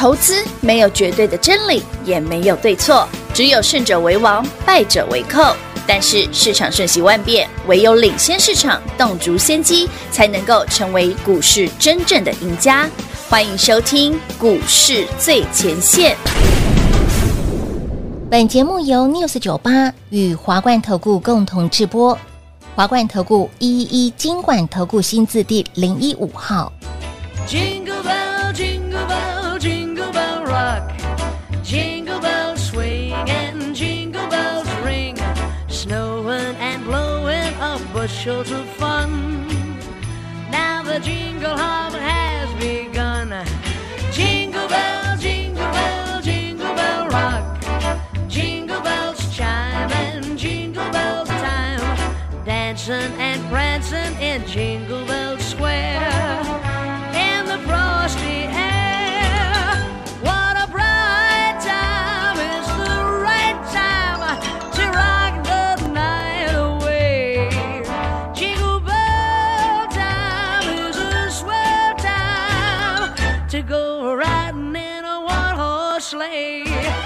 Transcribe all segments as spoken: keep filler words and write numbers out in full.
投资没有绝对的真理，也没有对错，只有胜者为王，败者为寇。但是市场瞬息万变，唯有领先市场，洞烛先机，才能够成为股市真正的赢家。欢迎收听股市最前线。 本节目由 News 九十八 与华冠投顾共同制播，华冠投顾一一一金管投顾新字第零一五号。 Jingle bell, jingle bell, jingle bell rock. Jingle bells swing and jingle bells ring. Snowing and blowing up bushels of fun. Now the jingle hop has begun. Jingle bell, jingle bell, jingle bell rock. Jingle bells chime and jingle bells time. Dancing and prancing in Jingle Bell Square.In the frosty air, what a bright time, it's the right time to rock the night away. Jingle bell time is a swell time to go riding in a one-horse sleigh.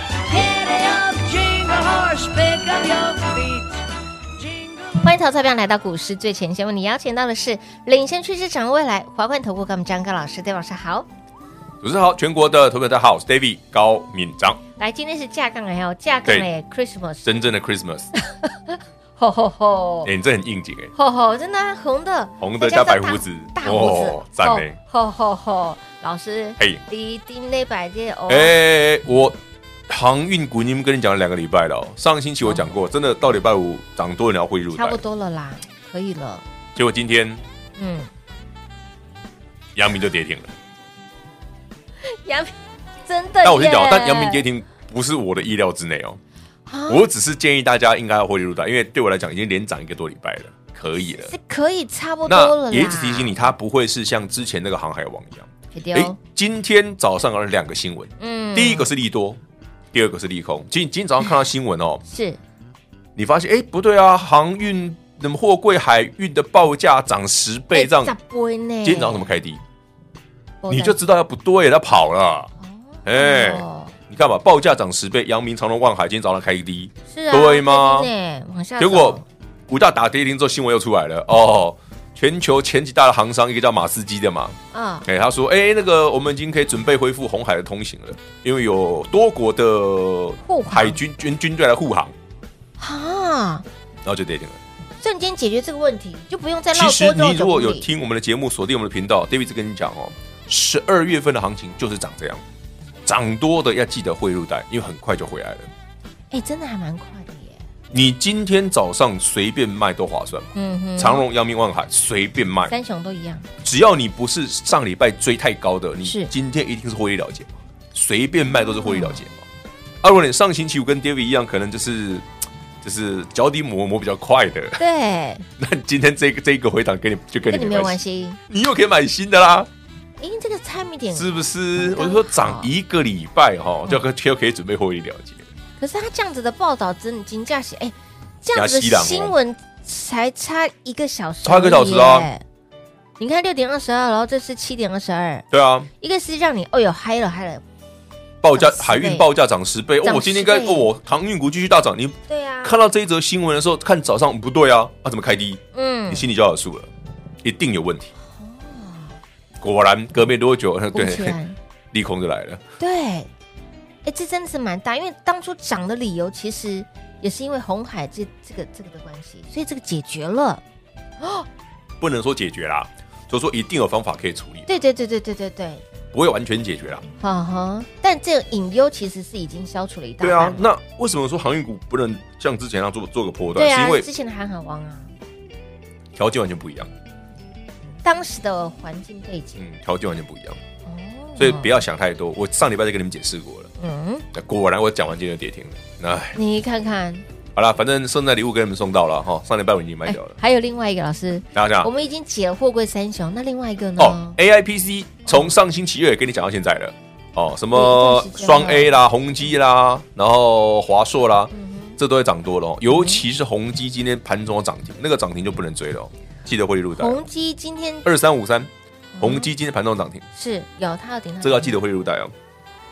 Giddy up, jingle horse, pick up your feet. 欢迎投资朋友来到股市最前线，为你邀请到的是领先趋势掌握未来华冠投顾高敏章高老师，大家晚上好。 主持人好，全国的投资者大家好，我是 David 高敏章。 来，今天是架杠还有架杠的 Christmas， 真正的 Christmas。 吼吼吼！ 哎，你这很应景哎， 吼吼，真的、啊、红的， 红的加白胡子， 大胡子， 赞哎！ 吼吼吼！老师， 嘿， 你丁那百件哦， 哎，我。航运股，你们跟你讲了两个礼拜了、哦。上个星期我讲过，哦、真的到礼拜五涨多人要汇入， 差不多了啦，可以了。 结果今天， 嗯， 阳明就跌停了。 阳明真的耶， 但我先讲，但阳明跌停不是我的意料之内哦。啊、我只是建议大家应该要汇入的，因为对我来讲已经连涨一个多礼拜了，可以了， 是可以差不多了啦。 那也一直提醒你，它不会是像之前那个航海王一样。 哎， 今天早上有两个新闻，嗯，第一个是利多。第二个是利空。今今天早上看到新闻哦， 是， 你发现哎不对啊，航运什么货柜海运的报价涨十倍这样，今天早上怎么开低？你就知道要不对，它跑了。哎、哦，你看吧，报价涨十倍，阳明、长荣、万海今天早上开低， 是啊， 对吗？ 往下， 结果股价打跌停之后，新闻又出来了哦。全球前几大的航商，一个叫马士基的嘛，啊，哎，他说，哎，那个我们已经可以准备恢复红海的通行了，因为有多国的海军军军队来护航，啊，然后就跌停了。 瞬间解决这个问题，就不用再绕多其实你如果有听我们的节目，锁定我们的频道 ，David 跟你讲哦，十二月份的行情就是长这样，涨多的要记得汇入袋，因为很快就回来了。 哎，真的还蛮快的。 你今天早上随便卖都划算嘛？嗯哼，长荣、阳明、万海随便卖， 三雄都一样。 只要你不是上礼拜追太高的，你今天一定是获利了结嘛？随便卖都是获利了结嘛？嗯、啊，如果你上星期五跟 David 一样，可能就是就是脚底磨磨比较快的， 对。 那今天这个这个回档跟你就跟你没有关系， 你又可以买新的啦。 哎，这个差一点， 是不是？我就说涨一个礼拜哈，就可就可以准备获利了结。 可是他这样子的报道真金价写，哎，这样子的新闻才差一个小时， 差一个小时啊！ 你看六点二十二，然后这是七点二十二， 对啊， 一个是让你哦哟嗨了嗨了， 报价海运报价涨十倍，哦，我今天该哦，我航运股继续大涨，你对啊， 看到这一则新闻的时候，看早上不对啊，啊怎么开低？嗯，你心里就有数了，一定有问题。果然隔没多久，对，利空就来了， 对。哎，这真的是蛮大，因为当初涨的理由其实也是因为红海这这个这个的关系，所以这个解决了。 哦，不能说解决啦，就说一定有方法可以处理。 对对对对对对对， 不会完全解决啦。 哈哈，但这个隐忧其实是已经消除了一大半。 对啊，那为什么说航运股不能像之前那样做做个波段？ 对啊， 是因为之前的航海王啊， 条件完全不一样， 当时的环境背景， 嗯，条件完全不一样。所以不要想太多，我上礼拜就跟你们解释过了。嗯，果然我讲完今天就跌停了。哎， 你看看， 好了，反正圣诞礼物给你们送到了哈，上礼拜我已经卖掉了。 还有另外一个老师， 大家我们已经解了货柜三雄，那另外一个呢？ 哦 ，A I P C 从上星期二也跟你讲到现在了。哦，什么双 A 啦、宏基啦，然后华硕啦，这都会涨多了哦。尤其是宏基今天盘中的涨停，那个涨停就不能追了，记得获利入袋。 宏基今天二三五三。宏基今天盘中涨停， 是有它有点， 这个要记得汇入袋哦。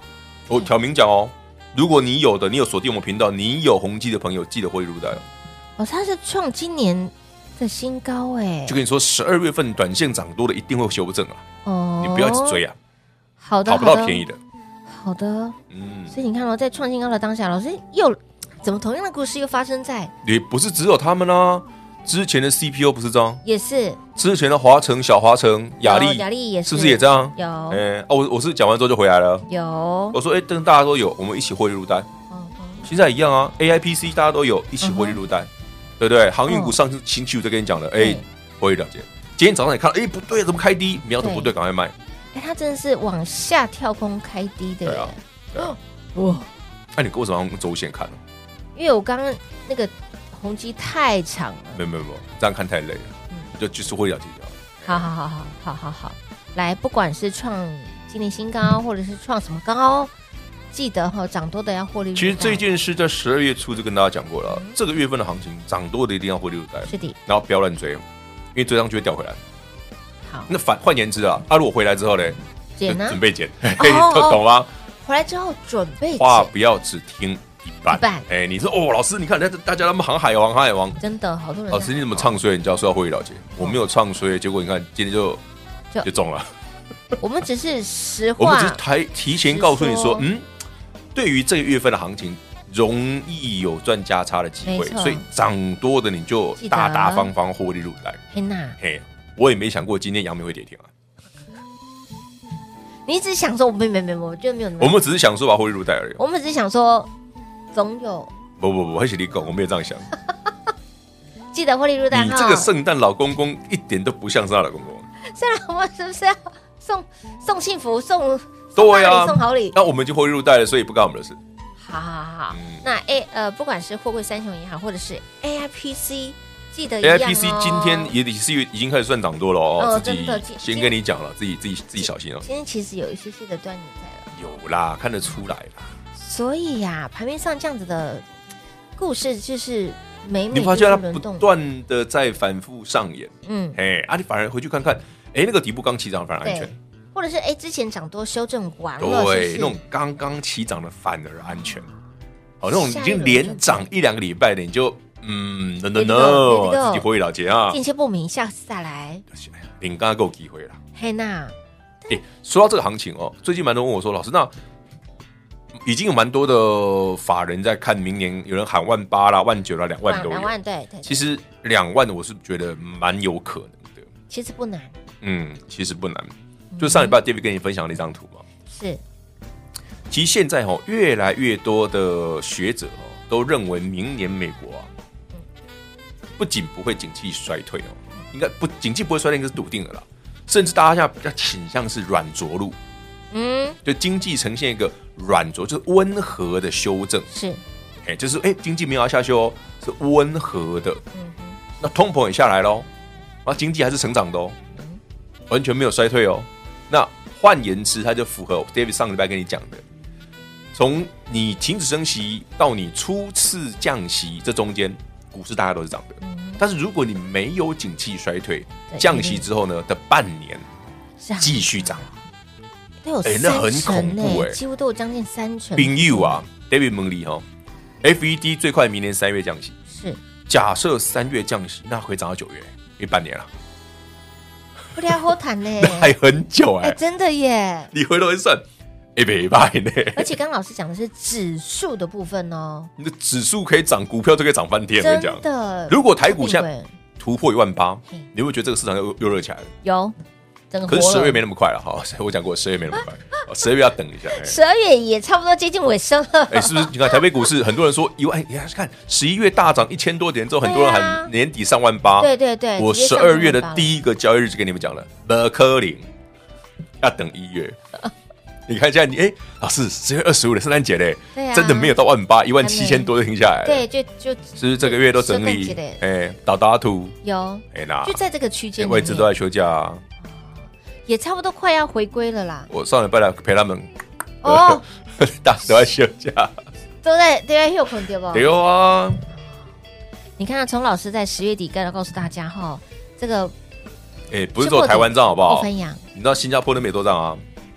我挑明讲哦，如果你有的，你有锁定我们频道，你有宏基的朋友，记得获利入袋哦。 哦，它是创今年的新高哎， 就跟你说，十二月份短线涨多的一定会修正啊。 哦， 你不要一直追啊。 好的， 讨不到便宜的。 好的， 嗯， 所以你看哦，在创新高的当下，老师又怎么同样的故事又发生在？ 也不是只有他们啊，之前的 C P O 不是这样， 也是之前的华城、小华城、雅力、 雅力也是， 是不是也这样？ 有， 哎、欸，哦，我我是讲完之后就回来了。 有， 我说，哎、欸，等大家都有，我们一起获利入袋。嗯嗯，现在一样啊 ，A I P C 大家都有，一起获利入袋，嗯、对不对？航运股上次星期五就跟你讲了，哎、欸，获利了结。今天早上你看，哎、欸，不对，怎么开低？苗头不对，赶快卖。 哎、欸，它真的是往下跳空开低的。 对啊。对啊， 哇！ 那、啊、你为什么用周线看呢？ 因为我刚刚那个宏基太长了， 没有没有没有，这样看太累了，嗯、就就是会了解掉。 好好好好好好好，来，不管是创今年新高，或者是创什么高，记得哈、哦，涨多的要获利入袋。 其实这件事在十二月初就跟大家讲过了，嗯、这个月份的行情涨多的一定要获利入袋， 是的， 然后不要乱追，因为追上就会掉回来。 好， 那反换言之啊，啊，如果回来之后呢， 减呢， 准备减，哦、懂吗？ 回来之后准备话不要只听一半， 哎、 欸，你说哦，老师，你看，大家他们航海王，航海王， 真的好多人。 老师，你怎么唱衰？你就要说要获利了结，我没有唱衰，结果你看今天就就, 就中了。 我们只是实话， 我们只是提提前告诉你说，嗯，对于这个月份的行情，容易有赚价差的机会，所以涨多的你就大大方方获利入袋。 天哪， 嘿，我也没想过今天阳明会跌停啊。 你只想说，没没没，我觉得没有那么。 我们只是想说把获利入袋而已。 我们只是想说，总有。 不不不，还是你讲，我没有这样想。 记得获利入袋。 你这个圣诞老公公一点都不像是他老公公。 圣诞老公公是不是要送送幸福、送对啊、 送好礼？ 那我们就获利入袋了，所以不干我们的事。 好好好，嗯、那 A 呃，不管是货柜三雄也好，或者是 A I P C。记得 A I P C 今天也是已经开始算涨多了哦， 哦自己先跟你讲了，自己自己自己小心哦。 今天其实有一些些的端倪在了， 有啦，看得出来啦。 所以呀、啊，盘面上这样子的故事就是每每你发现它不断的在反复上演，嗯，哎，啊，你反而回去看看，哎，那个底部刚起涨反而安全， 或者是哎之前涨多修正完了， 对，那种刚刚起涨的反而安全，好，那种已经连涨一两个礼拜的你就。嗯 ，no no no， 自己获利了结啊！ 进些不明，下次再来。 你刚刚够机会了。 嘿娜， 哎，说到这个行情哦，最近蛮多人问我说，老师，那已经有蛮多的法人在看明年，有人喊万八啦、万九啦、两万都有。 两万对对。 其实两万我是觉得蛮有可能的。 其实不难。 嗯，其实不难。就上礼拜 David 跟你分享了一张图嘛。 是。 其实现在哦，越来越多的学者哦，都认为明年美国啊。不仅不会景气衰退哦，应该不景气不会衰退，应该是笃定的啦。甚至大家现在比较倾向是软着陆，嗯，就经济呈现一个软着，就是温和的修正。 是， 哎、欸，就是哎、欸，经济没有要下修哦，是温和的。嗯哼，那通膨也下来喽，然后经济还是成长的哦，嗯、完全没有衰退哦。那换言之，它就符合 David 上礼拜跟你讲的，从你停止升息到你初次降息这中间。股市大家都是涨的，嗯、但是如果你没有景气衰退，降息之后呢的半年继续涨， 都有三成、欸、那很恐怖哎、欸，几乎都有将近三成。 朋友啊 ，David 蒙利哈 ，F E D 最快明年三月降息， 是假设三月降息，那可以涨到九月，因为半年了， 不太好谈呢， 还很久哎、欸欸，真的耶， 你回头一算。哎，没败呢！ 而且刚刚老师讲的是指数的部分哦， 你的指数可以涨，股票就可以涨翻天。我跟你讲， 真的， 如果台股现在突破一万八，你会不会觉得这个市场又又热起来了？ 有，整个可是十二月没那么快了哈。我讲过，十二月没那么快，十二月要等一下。 十二月也差不多接近尾声了。 哎，是不是？你看台北股市，很多人说一万，你看十一月大涨一千多点之后，很多人喊年底上万八。 对对对， 我十二月的第一个交易日就跟你们讲了，不可能，要等一月。你看一下你，哎，老师，十月二十五的圣诞节嘞， 啊、 真的没有到万八，一万七千多就停下来了。 对，就就是不是这个月都整理，哎，导大图有，哎那就在这个区间， 位置都在休假、啊， 也差不多快要回归了啦。 我上礼拜来陪他们，哦，大家都在休假， 都在都在休困对不？ 对啊。 你看，从老师在十月底刚刚告诉大家哈，这个， 哎，不是做台湾账好不好？ 不分洋， 你知道新加坡那边多账啊？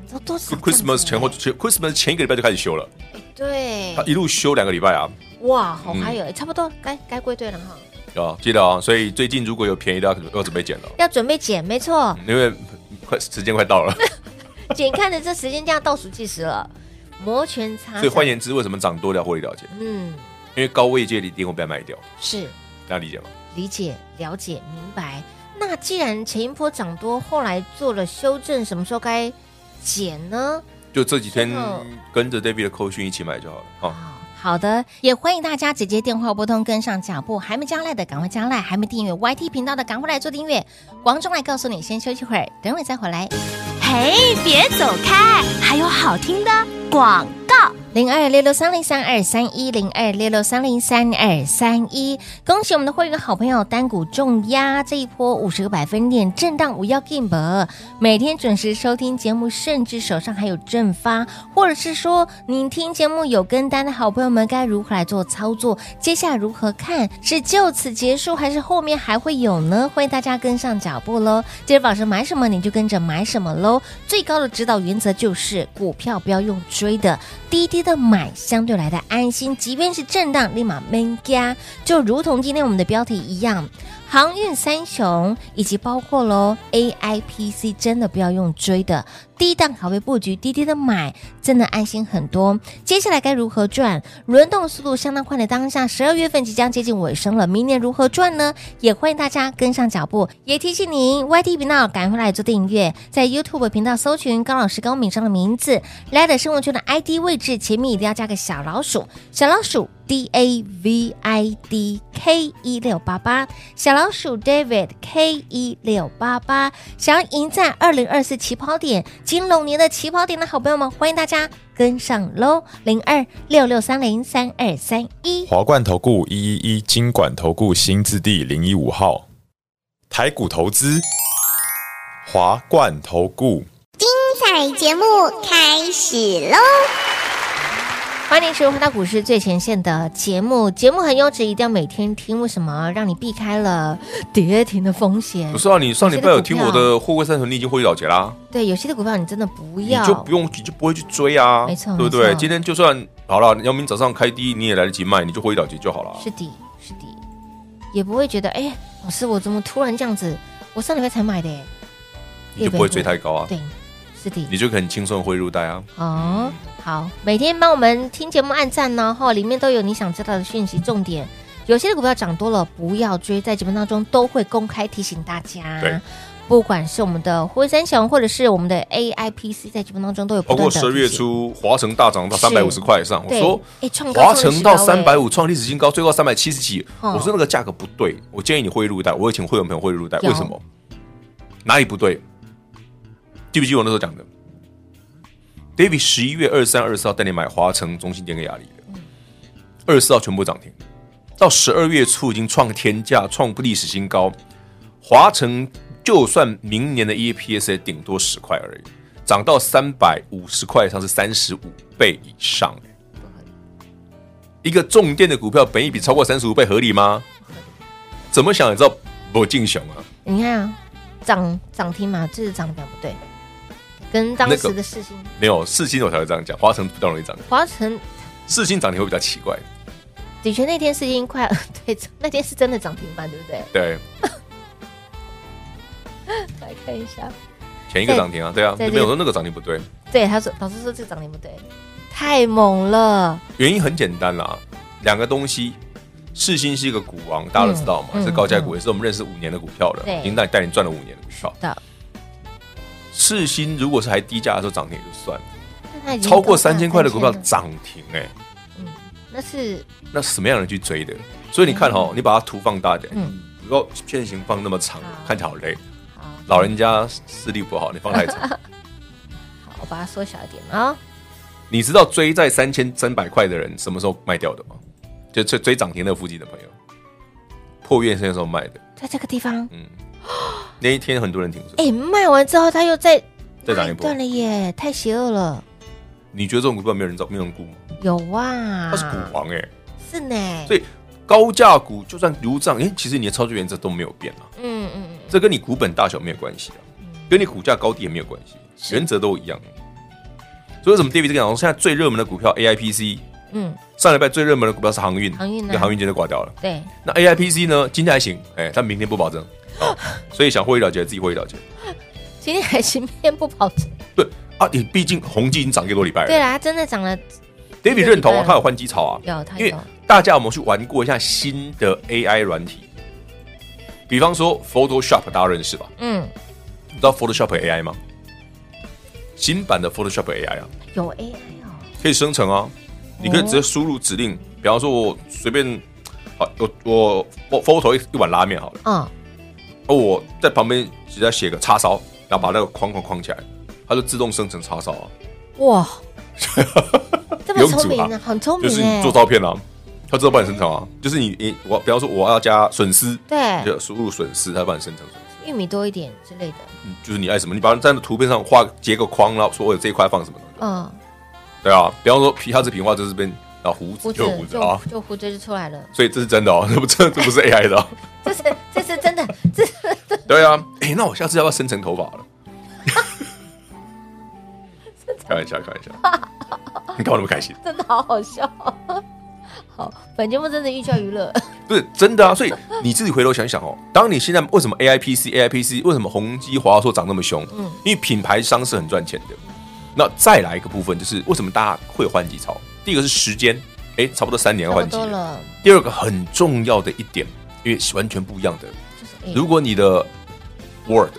多少 Christmas 前后 ，Christmas 前一个礼拜就开始休了， 对， 他一路休两个礼拜啊。 哇，好还有、嗯、差不多该该归队了哈。 啊，记得啊，所以最近如果有便宜的，要准备捡了。 要准备捡，没错、嗯， 因为快时间快到了。 眼看着这时间这样倒数计时了，摩拳擦掌。 所以换言之，为什么涨多了获利了结？嗯，因为高位阶的一定会被卖掉。 是， 大家理解吗？ 理解、了解、明白。那既然前一波涨多，后来做了修正，什么时候该减呢？ 就这几天跟着 David 的扣讯一起买就好了。好、哦。 好的，也欢迎大家直接电话拨通跟上脚步，还没加赖的赶快加赖，还没订阅 Y T 频道的赶快来做订阅。王中来告诉你，先休息会儿，等会再回来。 嘿，别走开，还有好听的广告。 零二六六三零三二三一零二六六三零三二三一，恭喜我们的会员好朋友单股重压这一波五十个百分点震荡无要 game， 每天准时收听节目，甚至手上还有正发，或者是说您听节目有跟单的好朋友们该如何来做操作？接下来如何看？是就此结束，还是后面还会有呢？欢迎大家跟上脚步喽！接着老师买什么你就跟着买什么喽。最高的指导原则就是股票不要用追的，低低的买相对来的安心，即便是震荡立马闷加，就如同今天我们的标题一样，航运三雄以及包括咯 A I P C 真的不要用追的，低档卡位布局，低低的买真的安心很多。接下来该如何赚？轮动速度相当快的当下，十二月份即将接近尾声了，明年如何赚呢？也欢迎大家跟上脚步，也提醒您 Y T 频道赶快来做订阅，在 YouTube 频道搜寻高老师高敏章的名字，来的生活圈的 I D 位置前面一定要加个小老鼠，小老鼠 D A V I D K 一六八八， 小老鼠 David K 一六八八， 想要赢在二零二四起跑点金龙年的起跑点的好朋友们，欢迎大家跟上喽！零二六六三零三二三一， 华冠投顾一一一金管投顾新字第零一五号，台股投资，华冠投顾。 彩节目开始喽！ 欢迎收回到股市最前线的节目，节目很优质，一定要每天听。为什么？让你避开了跌停的风险。 不是啊，你上礼拜有听我的货柜三雄，你已经获利了结啦。 对，有些的股票你真的不要， 你就不用，你就不会去追啊， 没错， 对不对？今天就算好了，姚明早上开低，你也来得及卖，你就获利了结就好了。 是的，是的，也不会觉得，哎，老师，我怎么突然这样子？我上礼拜才买的耶， 你就不会追太高啊。 对。是的， 你就很轻松会入袋啊。 哦，好，每天帮我们听节目按赞呢，哈，里面都有你想知道的讯息重点。有些股票涨多了不要追，在节目当中都会公开提醒大家。 对， 不管是我们的辉三雄，或者是我们的 A I P C， 在节目当中都有不断的提醒。 包括十月初华城大涨到三百五十块以上，我说华城到三百五创历史新高，最高三百七十几，我说那个价格不对，我建议你会入袋。我以前会有朋友会入袋，为什么？哪里不对？记不记得我那时候讲的 ？David 十一月二十三、二十四号带你买华城、中信电跟亚力的，二十四号全部涨停，到十二月初已经创天价、创历史新高。华城就算明年的 E P S 也顶多十块而已，涨到三百五十块以上是三十五倍以上。一个重电的股票，本益比超过三十五倍，合理吗？怎么想也知道不进雄啊！ 你看啊，涨涨停嘛，这是涨得表不对。跟当时的世新、那個、 没有世新，我才会这样讲。华城比较容易涨， 华城世新涨停会比较奇怪。 的确，那天世新快对，那天是真的涨停板，对不对？ 对。 来看一下， 前一个涨停啊，对啊，没有说那个涨停不对。 对，他说老师说这个涨停不对，太猛了。 原因很简单啦，两个东西，世新是一个股王，大家都知道嘛，嗯、是高价股，也是我们认识五年的股票了，已经带带你赚了五年的股票。世新如果是还低价的时候涨停也就算了，超过三千块的股票涨停哎、欸， 嗯，那是那什么样的人去追的？所以你看哦，你把它图放大点，嗯，如果片型放那么长，看起来好累。老人家视力不好，你放太长。 好，我把它缩小一点啊、哦。 你知道追在三千三百块的人什么时候卖掉的吗？就追追涨停那附近的朋友，破月线的时候卖的， 在这个地方， 嗯。那一天很多人停损， 哎、欸，卖完之后他又再再涨一波， 断了耶，太邪恶了。 你觉得这种股票没有人找，没有人顾吗？ 有啊， 他是股王哎、欸， 是呢。 所以高价股就算如涨，哎、欸，其实你的操作原则都没有变啊。嗯嗯嗯，这跟你股本大小没有关系啊，跟你股价高低也没有关系，原则都一样。 所以为什么 David 这个讲说，现在最热门的股票 A I P C， 嗯， 上礼拜最热门的股票是航运， 航运呢因为航运今天就挂掉了。 对， 那 A I P C 呢，今天还行，哎，但明天不保证。哦、所以想获利了结，自己获利了结。 今天还行，明天不保证。 对啊，你毕竟宏基已经涨一个多礼拜了。 对啦，它真的涨了。 David 认同啊，他有换机潮啊， 有，他有。 因为大家有没有去玩过一下新的 A I 软体？比方说 Photoshop， 大家认识吧？嗯，你知道 Photoshop A I 吗？新版的 Photoshop A I 啊， 有 A I 哦， 可以生成啊，你可以直接输入指令，比方说我随便，好，我我 photo 一一碗拉面好了，嗯，而我在旁边直接写个叉烧，然后把那个框框框起来，它就自动生成叉烧啊， 哇！这么聪明啊，很聪明， 就是你做照片啊，它自动帮你生成啊。就是你你我，比方说我要加笋丝， 对， 就输入笋丝，它帮你生成笋丝。 玉米多一点之类的， 嗯，就是你爱什么，你把它在图片上画截个框，然后说我有这一块放什么东西。嗯，对啊，比方说皮它是平画，这边然后胡子就有胡子啊， 就胡子就出来了。 所以这是真的哦，这不这这不是 A I 的哦， 这是这是真的，这是对啊。哎，那我下次要不要生成头发了？开玩笑，开玩笑。你干嘛那么开心？ 真的好好笑。好，本节目真的寓教于乐。 不是真的啊，所以你自己回头想想哦，当你现在为什么 A I P C、A I P C 为什么宏基、华硕涨那么凶？嗯，因为品牌商是很赚钱的。那再来一个部分就是为什么大家会有换机潮？第一个是时间，哎，差不多三年要换机了。第二个很重要的一点，因为完全不一样的，就是如果你的 Word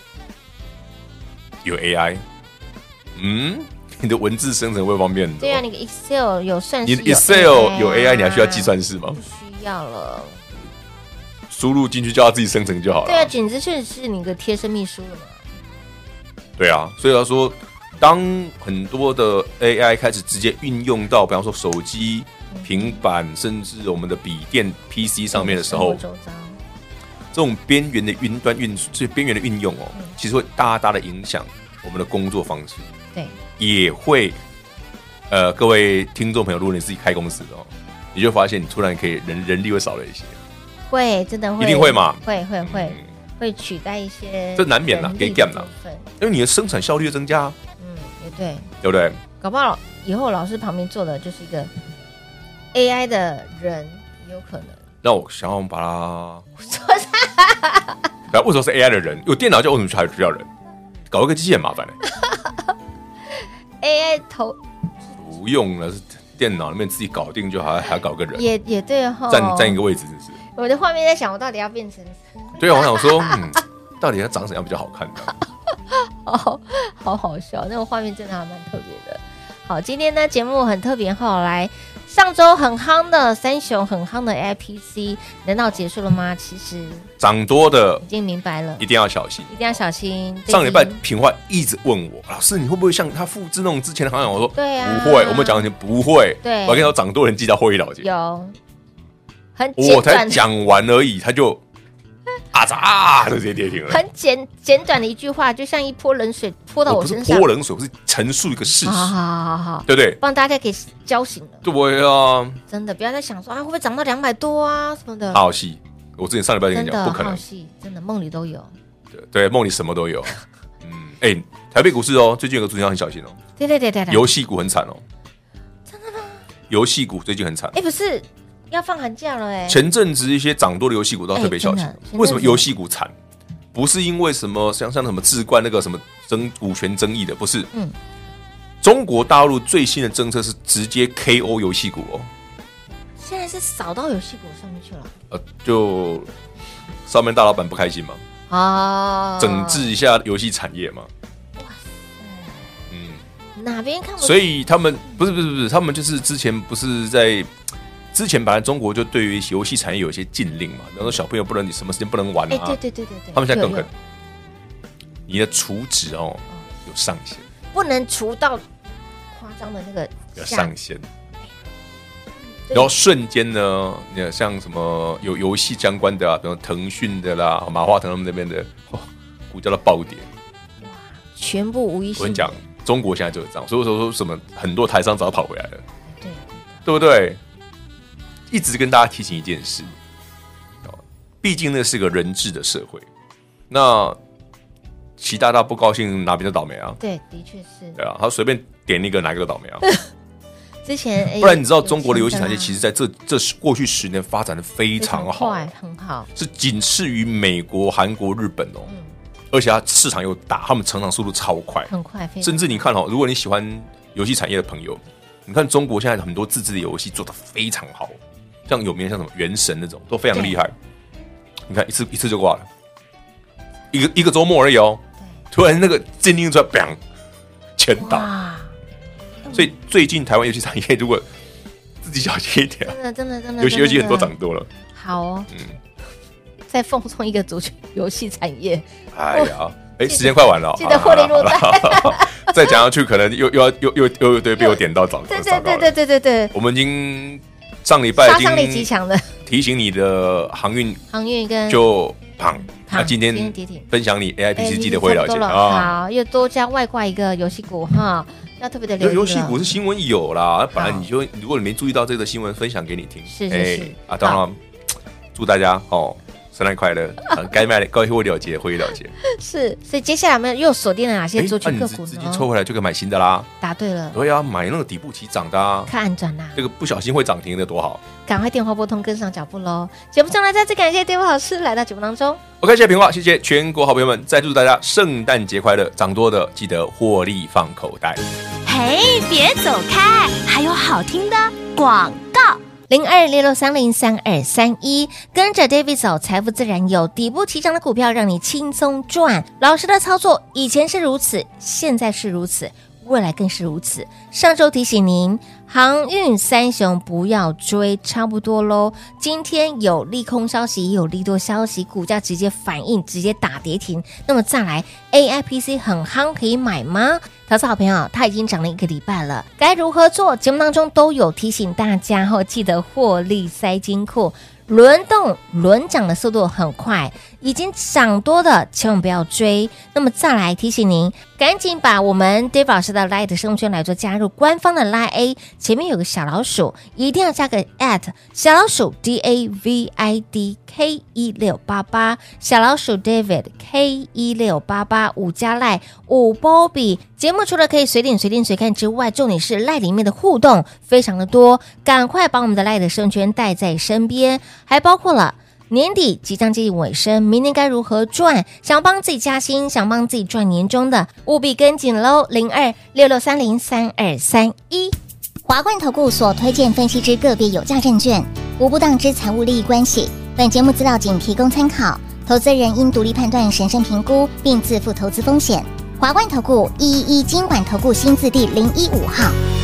有 A I， 嗯。你的文字生成会方便的。 对啊，你的 Excel 有算式， 你的 Excel 有 A I， 你还需要计算式吗？ 不需要了， 输入进去叫它自己生成就好了。 对啊，简直就是你的贴身秘书了嘛。 对啊，所以他说，当很多的 A I 开始直接运用到，比方说手机、平板，甚至我们的笔电、P C 上面的时候，这种边缘的云端运，这边缘的运用哦，其实会大大的影响我们的工作方式。 对， 也会，呃，各位听众朋友，如果你自己开公司的哦，你就发现你突然可以人人力会少了一些， 会真的会， 一定会嘛， 会会会、嗯、会取代一些， 这难免啦，给 gap 啦，因为你的生产效率增加， 嗯，也对， 对不对？ 搞不好以后老师旁边坐的就是一个 A I 的人，也有可能。 那我想要把它，为什么是 A I 的人？有电脑就为什么还需要人？搞一个机器很麻烦嘞、欸。 A I 头不用了，是电脑里面自己搞定就好，还要搞个人， 也也对哈、哦， 占占一个位置，真是。 我的画面在想，我到底要变成？ 对啊，我想说，嗯，到底它长怎样比较好看呢？ 好好好笑，那个画面真的还蛮特别的。好，今天呢节目很特别哈，来上周很夯的三雄很夯的 A I P C， 难道结束了吗？其实涨多的已经明白了， 一定要小心， 一定要小心。 上礼拜品化一直问我，老师你会不会像他复制那种之前的行业？我说对啊， 不会，我们讲的不会。 对， 我跟你说，涨多人记到获利了结， 有很我才讲完而已，他就。啊咋就直接跌停了， 很简简短的一句话，就像一泼冷水泼到我身上。 泼冷水，我是陈述一个事实。 好好好好， 对不对？ 帮大家给浇醒了。 对啊， 真的不要再想说啊，会不会涨到两百多啊什么的。 好戏，我之前上礼拜跟你讲，不可能。 好戏，真的梦里都有。 对对，梦里什么都有。嗯，哎、欸，台北股市哦，最近有个主要很小心哦。 对对对对对， 游戏股很惨哦。 真的吗？ 游戏股最近很惨。 哎、欸，不是。要放寒假了哎、欸！ 前阵子一些涨多的游戏股都要特别小心、欸。为什么游戏股惨？不是因为什么像像什么置冠那个什么争股权争议的，不是。嗯。中国大陆最新的政策是直接 K O 游戏股哦。 现在是扫到游戏股上面去了。 呃，就上面大老板不开心嘛。啊。整治一下游戏产业嘛。哇塞。 嗯。哪边看不？ 所以他们不是不是不是，他们就是之前不是在。之前本来中国就对于游戏产业有一些禁令嘛，比方说小朋友不能你什么时间不能玩啊， 欸、对对对对对， 他们现在更狠，你的储值哦有上限， 不能除到夸张的那个有上限，然后瞬间呢，你看像什么有游戏相关的啊，比如腾讯的啦、马化腾他们那边的，哦，股价的暴跌， 哇，全部无一幸免。 我跟你讲，中国现在就是这样，所以说说什么很多台商早跑回来了， 对， 对不对？一直跟大家提醒一件事，毕竟那是个人治的社会。那习大大不高兴，哪边就倒霉啊？ 对，的确是。 对啊，他随便点那个哪一个倒霉啊？ 之前， 不然你知道中国的游戏产业其实在这这过去十年发展的非常好， 快很好， 是仅次于美国、韩国、日本哦。嗯、而且它市场又大，他们成长速度超快， 很快。 甚至你看哦，如果你喜欢游戏产业的朋友，你看中国现在很多自制的游戏做得非常好，像有名像什么《原神》那种都非常厉害。你看一次一次就挂了，一个一个周末而已哦。突然那个鉴定出来，砰，全倒。所以最近台湾游戏产业如果自己小心一点， 真的真的真的， 游戏游戏很多涨多了。 好哦，嗯，再奉送一个族群游戏产业。 哎呀，哎，时间快完了， 记得获利入袋。 再讲下去，可能又又要又又又对被我点到涨。 对对对对对对对， 我们已经上礼拜杀伤力极强的提醒你的航运， 航运跟就胖。那今天分享你 A I P C 记得会了解啊，好，又多加外挂一个游戏股哈。要特别的留意。 游戏股是新闻有啦，本来你就如果你没注意到这个新闻，分享给你听。 是是是、欸、 啊，当然祝大家哦圣诞快乐，该卖的该会了结会了结。 是，所以接下来我们又锁定了哪些族群个股呢？ 资金抽回来就可以买新的啦。 答对了。 对啊，买那个底部起涨的啊， 看暗转啦。 这个不小心会涨停的多好。 赶快电话拨通，跟上脚步喽！节目中来再次感谢电话老师来到节目当中。 OK， 谢谢平话，谢谢全国好朋友们，再祝大家圣诞节快乐！涨多的记得获利放口袋。 嘿，别走开，还有好听的广告。 零二六六三零三二三一，跟着 David 走，财富自然有。底部起涨的股票，让你轻松赚。老师的操作以前是如此，现在是如此，未来更是如此。上周提醒您，航运三雄不要追，差不多咯。今天有利空消息，也有利多消息，股价直接反应，直接打跌停。那么再来 A I P C 很夯，可以买吗？投资好朋友，它已经涨了一个礼拜了，该如何做？节目当中都有提醒大家后，记得获利塞金库。轮动轮涨的速度很快，已经涨多的千万不要追。那么再来提醒您，赶紧把我们 Dave 老师的 Line 生活圈来做加入，官方的 Line A 前面有个小老鼠，一定要加个 at 小老鼠 D A V I D K 一六八八， 小老鼠 David K 一六八八， 五加 Line 五 Bobby。节目除了可以随点随听随看之外，重点是 Line 里面的互动非常的多，赶快把我们的 Line 的生活圈带在身边。还包括了年底即将接近尾声，明年该如何赚？想帮自己加薪，想帮自己赚年终的，务必跟紧喽！零二六六三零三二三一， 华冠投顾所推荐分析之个别有价证券，无不当之财务利益关系。本节目资料仅提供参考，投资人应独立判断、审慎评估，并自负投资风险。华冠投顾一一一金管投顾新字第零一五号。